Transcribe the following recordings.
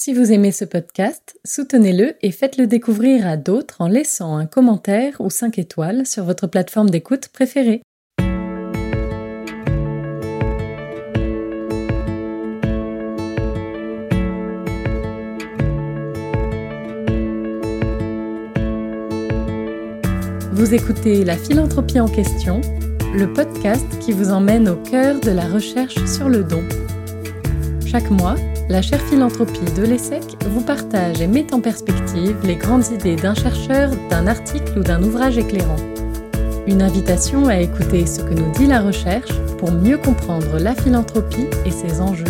Si vous aimez ce podcast, soutenez-le et faites-le découvrir à d'autres en laissant un commentaire ou 5 étoiles sur votre plateforme d'écoute préférée. Vous écoutez La Philanthropie en question, le podcast qui vous emmène au cœur de la recherche sur le don. Chaque mois, la chaire Philanthropie de l'ESSEC vous partage et met en perspective les grandes idées d'un chercheur, d'un article ou d'un ouvrage éclairant. Une invitation à écouter ce que nous dit la recherche pour mieux comprendre la philanthropie et ses enjeux.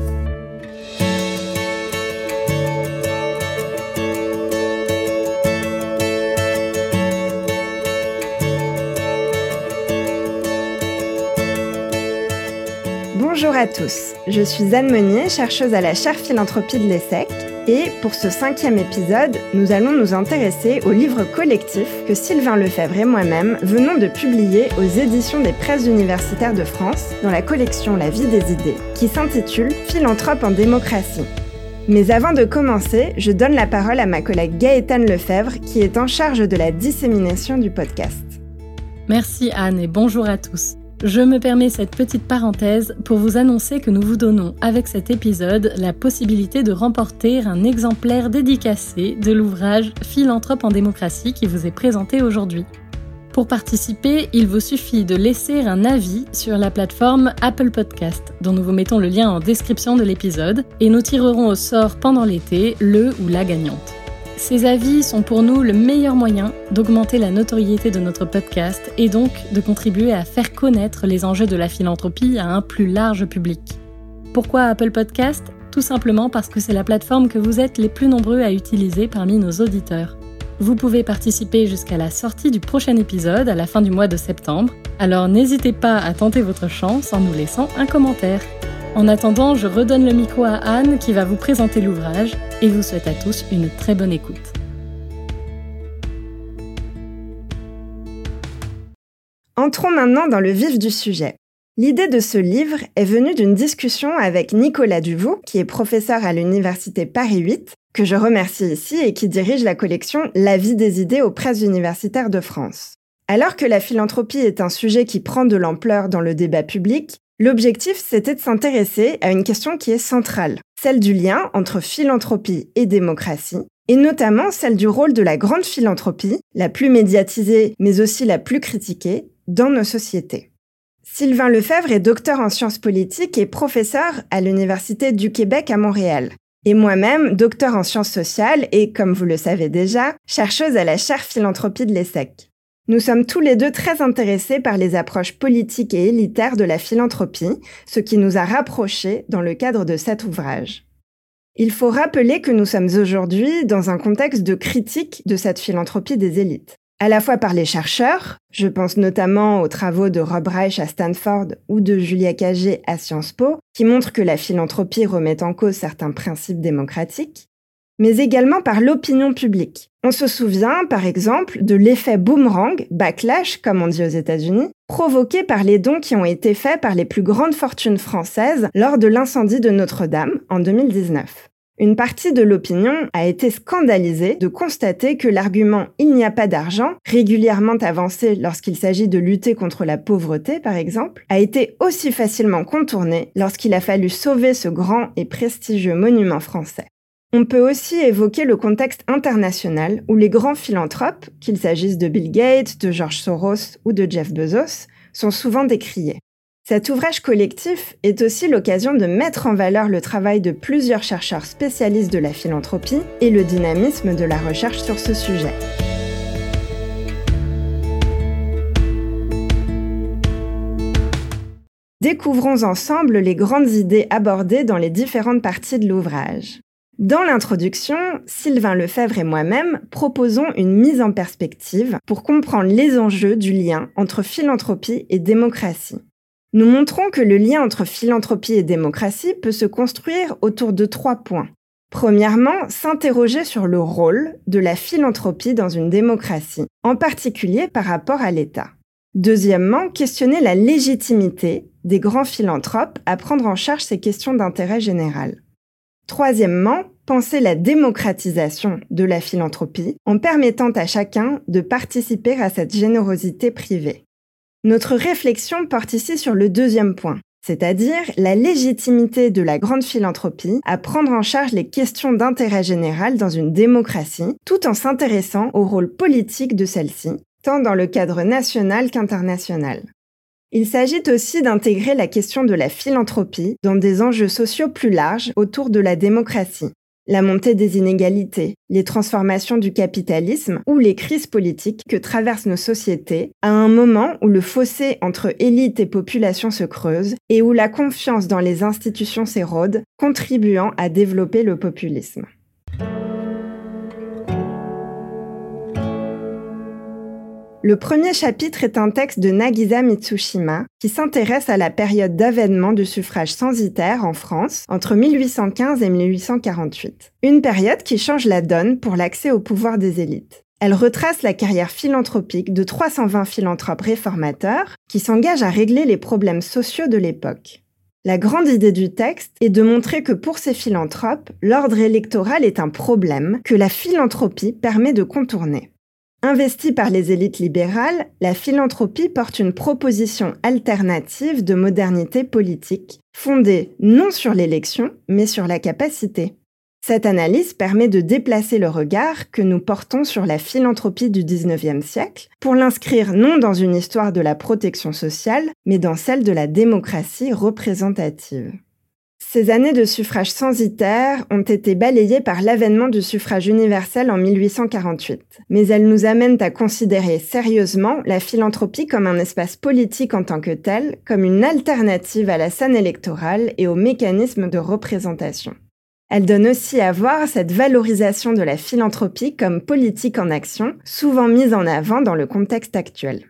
Bonjour à tous, je suis Anne Meunier, chercheuse à la chaire Philanthropie de l'ESSEC, et pour ce 5e épisode, nous allons nous intéresser au livre collectif que Sylvain Lefebvre et moi-même venons de publier aux éditions des Presses universitaires de France dans la collection La vie des idées, qui s'intitule « Philanthrope en démocratie ». Mais avant de commencer, je donne la parole à ma collègue Gaëtane Lefebvre, qui est en charge de la dissémination du podcast. Merci Anne et bonjour à tous. Je me permets cette petite parenthèse pour vous annoncer que nous vous donnons avec cet épisode la possibilité de remporter un exemplaire dédicacé de l'ouvrage Philanthrope en démocratie qui vous est présenté aujourd'hui. Pour participer, il vous suffit de laisser un avis sur la plateforme Apple Podcast, dont nous vous mettons le lien en description de l'épisode, et nous tirerons au sort pendant l'été le ou la gagnante. Ces avis sont pour nous le meilleur moyen d'augmenter la notoriété de notre podcast et donc de contribuer à faire connaître les enjeux de la philanthropie à un plus large public. Pourquoi Apple Podcast ? Tout simplement parce que c'est la plateforme que vous êtes les plus nombreux à utiliser parmi nos auditeurs. Vous pouvez participer jusqu'à la sortie du prochain épisode à la fin du mois de septembre, alors n'hésitez pas à tenter votre chance en nous laissant un commentaire. En attendant, je redonne le micro à Anne qui va vous présenter l'ouvrage et vous souhaite à tous une très bonne écoute. Entrons maintenant dans le vif du sujet. L'idée de ce livre est venue d'une discussion avec Nicolas Duvaux, qui est professeur à l'université Paris 8, que je remercie ici et qui dirige la collection La vie des idées aux Presses universitaires de France. Alors que la philanthropie est un sujet qui prend de l'ampleur dans le débat public, l'objectif, c'était de s'intéresser à une question qui est centrale, celle du lien entre philanthropie et démocratie, et notamment celle du rôle de la grande philanthropie, la plus médiatisée mais aussi la plus critiquée, dans nos sociétés. Sylvain Lefebvre est docteur en sciences politiques et professeur à l'Université du Québec à Montréal. Et moi-même, docteur en sciences sociales et, comme vous le savez déjà, chercheuse à la chaire Philanthropie de l'ESSEC. Nous sommes tous les deux très intéressés par les approches politiques et élitaires de la philanthropie, ce qui nous a rapprochés dans le cadre de cet ouvrage. Il faut rappeler que nous sommes aujourd'hui dans un contexte de critique de cette philanthropie des élites. À la fois par les chercheurs, je pense notamment aux travaux de Rob Reich à Stanford ou de Julia Cagé à Sciences Po, qui montrent que la philanthropie remet en cause certains principes démocratiques, mais également par l'opinion publique. On se souvient, par exemple, de l'effet boomerang, backlash, comme on dit aux États-Unis, provoqué par les dons qui ont été faits par les plus grandes fortunes françaises lors de l'incendie de Notre-Dame en 2019. Une partie de l'opinion a été scandalisée de constater que l'argument « il n'y a pas d'argent », régulièrement avancé lorsqu'il s'agit de lutter contre la pauvreté, par exemple, a été aussi facilement contourné lorsqu'il a fallu sauver ce grand et prestigieux monument français. On peut aussi évoquer le contexte international où les grands philanthropes, qu'il s'agisse de Bill Gates, de George Soros ou de Jeff Bezos, sont souvent décriés. Cet ouvrage collectif est aussi l'occasion de mettre en valeur le travail de plusieurs chercheurs spécialistes de la philanthropie et le dynamisme de la recherche sur ce sujet. Découvrons ensemble les grandes idées abordées dans les différentes parties de l'ouvrage. Dans l'introduction, Sylvain Lefebvre et moi-même proposons une mise en perspective pour comprendre les enjeux du lien entre philanthropie et démocratie. Nous montrons que le lien entre philanthropie et démocratie peut se construire autour de 3 points. Premièrement, s'interroger sur le rôle de la philanthropie dans une démocratie, en particulier par rapport à l'État. Deuxièmement, questionner la légitimité des grands philanthropes à prendre en charge ces questions d'intérêt général. Troisièmement, penser la démocratisation de la philanthropie en permettant à chacun de participer à cette générosité privée. Notre réflexion porte ici sur le deuxième point, c'est-à-dire la légitimité de la grande philanthropie à prendre en charge les questions d'intérêt général dans une démocratie, tout en s'intéressant au rôle politique de celle-ci, tant dans le cadre national qu'international. Il s'agit aussi d'intégrer la question de la philanthropie dans des enjeux sociaux plus larges autour de la démocratie. La montée des inégalités, les transformations du capitalisme ou les crises politiques que traversent nos sociétés à un moment où le fossé entre élite et population se creuse et où la confiance dans les institutions s'érode, contribuant à développer le populisme. Le premier chapitre est un texte de Nagisa Mitsushima qui s'intéresse à la période d'avènement du suffrage censitaire en France entre 1815 et 1848. Une période qui change la donne pour l'accès au pouvoir des élites. Elle retrace la carrière philanthropique de 320 philanthropes réformateurs qui s'engagent à régler les problèmes sociaux de l'époque. La grande idée du texte est de montrer que pour ces philanthropes, l'ordre électoral est un problème que la philanthropie permet de contourner. Investie par les élites libérales, la philanthropie porte une proposition alternative de modernité politique, fondée non sur l'élection, mais sur la capacité. Cette analyse permet de déplacer le regard que nous portons sur la philanthropie du XIXe siècle pour l'inscrire non dans une histoire de la protection sociale, mais dans celle de la démocratie représentative. Ces années de suffrage censitaire ont été balayées par l'avènement du suffrage universel en 1848, mais elles nous amènent à considérer sérieusement la philanthropie comme un espace politique en tant que tel, comme une alternative à la scène électorale et aux mécanismes de représentation. Elles donnent aussi à voir cette valorisation de la philanthropie comme politique en action, souvent mise en avant dans le contexte actuel.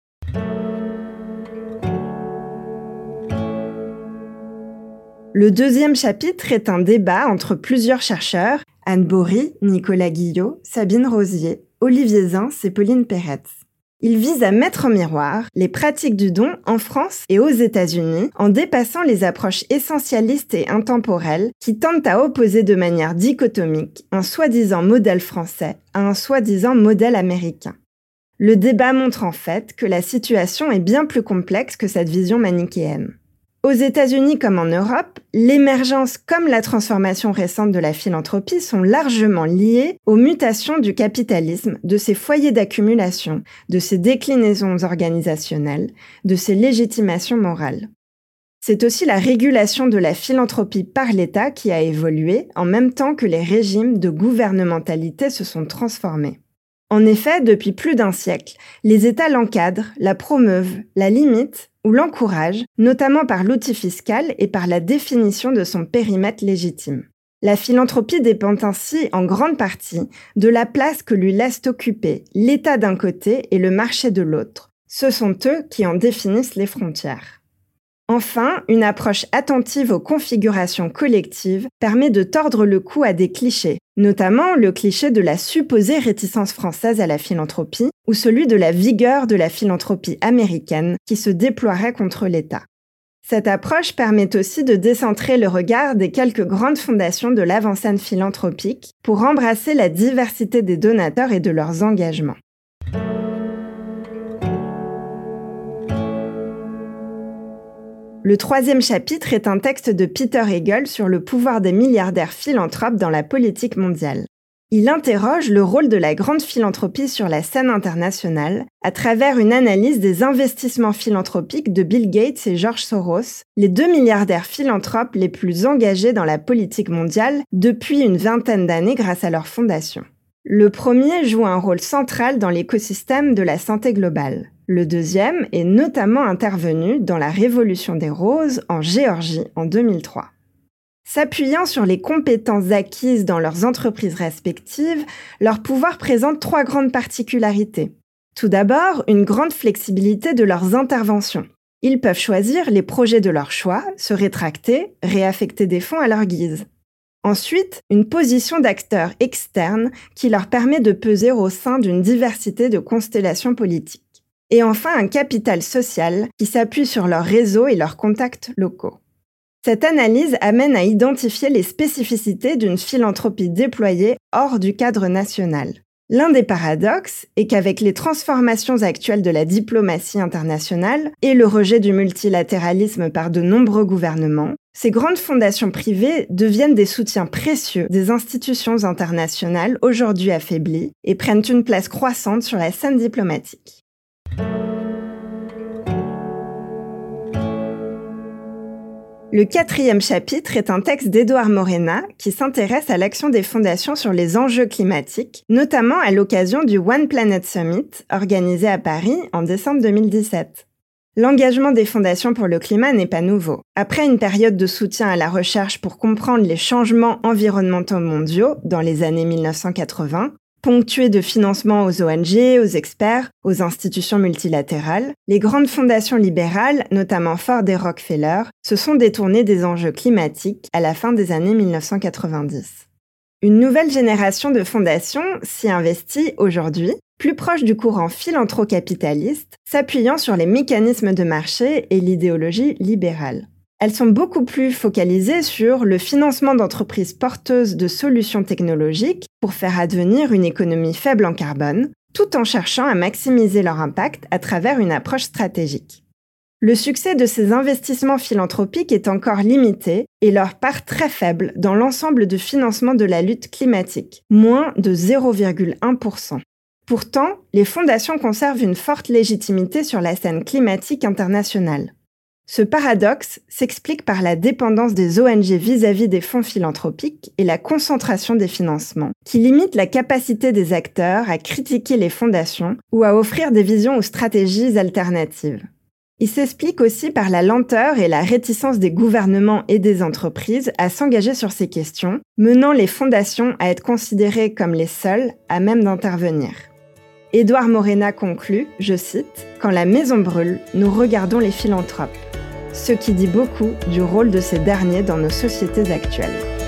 Le deuxième chapitre est un débat entre plusieurs chercheurs, Anne Bory, Nicolas Guillot, Sabine Rosier, Olivier Zins et Pauline Peretz. Il vise à mettre en miroir les pratiques du don en France et aux États-Unis en dépassant les approches essentialistes et intemporelles qui tentent à opposer de manière dichotomique un soi-disant modèle français à un soi-disant modèle américain. Le débat montre en fait que la situation est bien plus complexe que cette vision manichéenne. Aux États-Unis comme en Europe, l'émergence comme la transformation récente de la philanthropie sont largement liées aux mutations du capitalisme, de ses foyers d'accumulation, de ses déclinaisons organisationnelles, de ses légitimations morales. C'est aussi la régulation de la philanthropie par l'État qui a évolué en même temps que les régimes de gouvernementalité se sont transformés. En effet, depuis plus d'un siècle, les États l'encadrent, la promeuvent, la limitent ou l'encouragent, notamment par l'outil fiscal et par la définition de son périmètre légitime. La philanthropie dépend ainsi en grande partie de la place que lui laissent occuper l'État d'un côté et le marché de l'autre. Ce sont eux qui en définissent les frontières. Enfin, une approche attentive aux configurations collectives permet de tordre le cou à des clichés, notamment le cliché de la supposée réticence française à la philanthropie ou celui de la vigueur de la philanthropie américaine qui se déploierait contre l'État. Cette approche permet aussi de décentrer le regard des quelques grandes fondations de l'avant-scène philanthropique pour embrasser la diversité des donateurs et de leurs engagements. Le troisième chapitre est un texte de Peter Hegel sur le pouvoir des milliardaires philanthropes dans la politique mondiale. Il interroge le rôle de la grande philanthropie sur la scène internationale à travers une analyse des investissements philanthropiques de Bill Gates et George Soros, les 2 milliardaires philanthropes les plus engagés dans la politique mondiale depuis une vingtaine d'années grâce à leur fondation. Le premier joue un rôle central dans l'écosystème de la santé globale. Le deuxième est notamment intervenu dans la Révolution des Roses en Géorgie en 2003. S'appuyant sur les compétences acquises dans leurs entreprises respectives, leur pouvoir présente 3 grandes particularités. Tout d'abord, une grande flexibilité de leurs interventions. Ils peuvent choisir les projets de leur choix, se rétracter, réaffecter des fonds à leur guise. Ensuite, une position d'acteur externe qui leur permet de peser au sein d'une diversité de constellations politiques. Et enfin, un capital social qui s'appuie sur leurs réseaux et leurs contacts locaux. Cette analyse amène à identifier les spécificités d'une philanthropie déployée hors du cadre national. L'un des paradoxes est qu'avec les transformations actuelles de la diplomatie internationale et le rejet du multilatéralisme par de nombreux gouvernements, ces grandes fondations privées deviennent des soutiens précieux des institutions internationales aujourd'hui affaiblies et prennent une place croissante sur la scène diplomatique. Le 4e chapitre est un texte d'Édouard Morena qui s'intéresse à l'action des fondations sur les enjeux climatiques, notamment à l'occasion du One Planet Summit organisé à Paris en décembre 2017. L'engagement des fondations pour le climat n'est pas nouveau. Après une période de soutien à la recherche pour comprendre les changements environnementaux mondiaux dans les années 1980, ponctuée de financement aux ONG, aux experts, aux institutions multilatérales, les grandes fondations libérales, notamment Ford et Rockefeller, se sont détournées des enjeux climatiques à la fin des années 1990. Une nouvelle génération de fondations s'y investit aujourd'hui, plus proche du courant philanthro-capitaliste, s'appuyant sur les mécanismes de marché et l'idéologie libérale. Elles sont beaucoup plus focalisées sur le financement d'entreprises porteuses de solutions technologiques pour faire advenir une économie faible en carbone, tout en cherchant à maximiser leur impact à travers une approche stratégique. Le succès de ces investissements philanthropiques est encore limité et leur part très faible dans l'ensemble du financement de la lutte climatique, moins de 0,1%. Pourtant, les fondations conservent une forte légitimité sur la scène climatique internationale. Ce paradoxe s'explique par la dépendance des ONG vis-à-vis des fonds philanthropiques et la concentration des financements, qui limitent la capacité des acteurs à critiquer les fondations ou à offrir des visions ou stratégies alternatives. Il s'explique aussi par la lenteur et la réticence des gouvernements et des entreprises à s'engager sur ces questions, menant les fondations à être considérées comme les seules à même d'intervenir. Édouard Morena conclut, je cite, « Quand la maison brûle, nous regardons les philanthropes », ce qui dit beaucoup du rôle de ces derniers dans nos sociétés actuelles.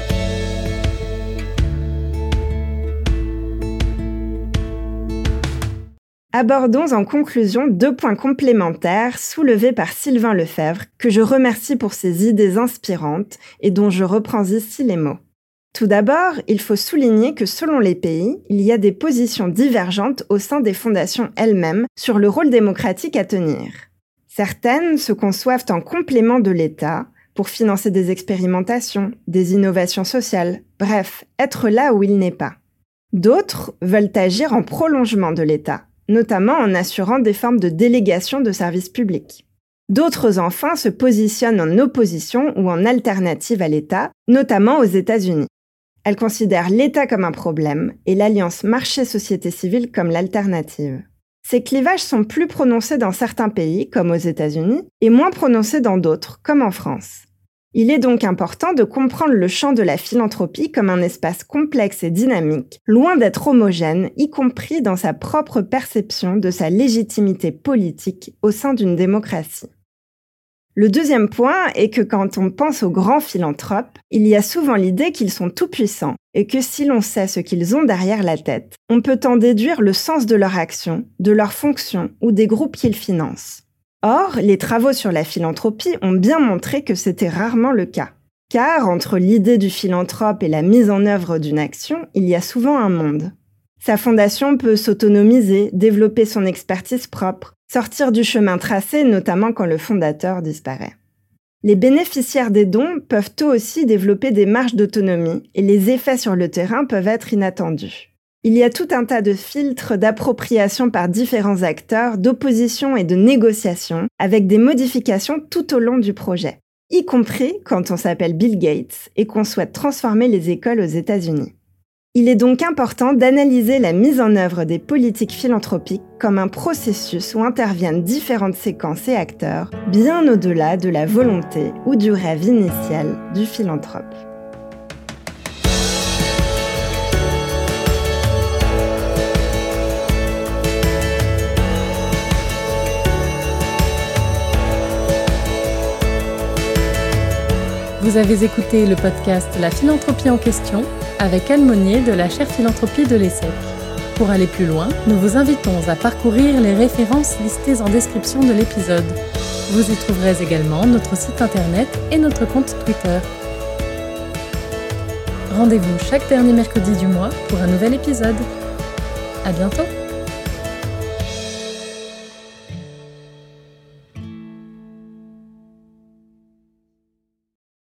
Abordons en conclusion 2 points complémentaires soulevés par Sylvain Lefebvre, que je remercie pour ses idées inspirantes et dont je reprends ici les mots. Tout d'abord, il faut souligner que selon les pays, il y a des positions divergentes au sein des fondations elles-mêmes sur le rôle démocratique à tenir. Certaines se conçoivent en complément de l'État pour financer des expérimentations, des innovations sociales, bref, être là où il n'est pas. D'autres veulent agir en prolongement de l'État, notamment en assurant des formes de délégation de services publics. D'autres enfin se positionnent en opposition ou en alternative à l'État, notamment aux États-Unis. Elles considèrent l'État comme un problème et l'alliance marché-société civile comme l'alternative. Ces clivages sont plus prononcés dans certains pays, comme aux États-Unis, et moins prononcés dans d'autres, comme en France. Il est donc important de comprendre le champ de la philanthropie comme un espace complexe et dynamique, loin d'être homogène, y compris dans sa propre perception de sa légitimité politique au sein d'une démocratie. Le deuxième point est que quand on pense aux grands philanthropes, il y a souvent l'idée qu'ils sont tout-puissants et que si l'on sait ce qu'ils ont derrière la tête, on peut en déduire le sens de leur action, de leur fonction ou des groupes qu'ils financent. Or, les travaux sur la philanthropie ont bien montré que c'était rarement le cas. Car entre l'idée du philanthrope et la mise en œuvre d'une action, il y a souvent un monde. Sa fondation peut s'autonomiser, développer son expertise propre, sortir du chemin tracé, notamment quand le fondateur disparaît. Les bénéficiaires des dons peuvent eux aussi développer des marges d'autonomie et les effets sur le terrain peuvent être inattendus. Il y a tout un tas de filtres d'appropriation par différents acteurs, d'opposition et de négociation, avec des modifications tout au long du projet, y compris quand on s'appelle Bill Gates et qu'on souhaite transformer les écoles aux États-Unis. Il est donc important d'analyser la mise en œuvre des politiques philanthropiques comme un processus où interviennent différentes séquences et acteurs, bien au-delà de la volonté ou du rêve initial du philanthrope. Vous avez écouté le podcast La philanthropie en question avec Anne Monnier de la chaire philanthropie de l'ESSEC. Pour aller plus loin, nous vous invitons à parcourir les références listées en description de l'épisode. Vous y trouverez également notre site internet et notre compte Twitter. Rendez-vous chaque dernier mercredi du mois pour un nouvel épisode. À bientôt!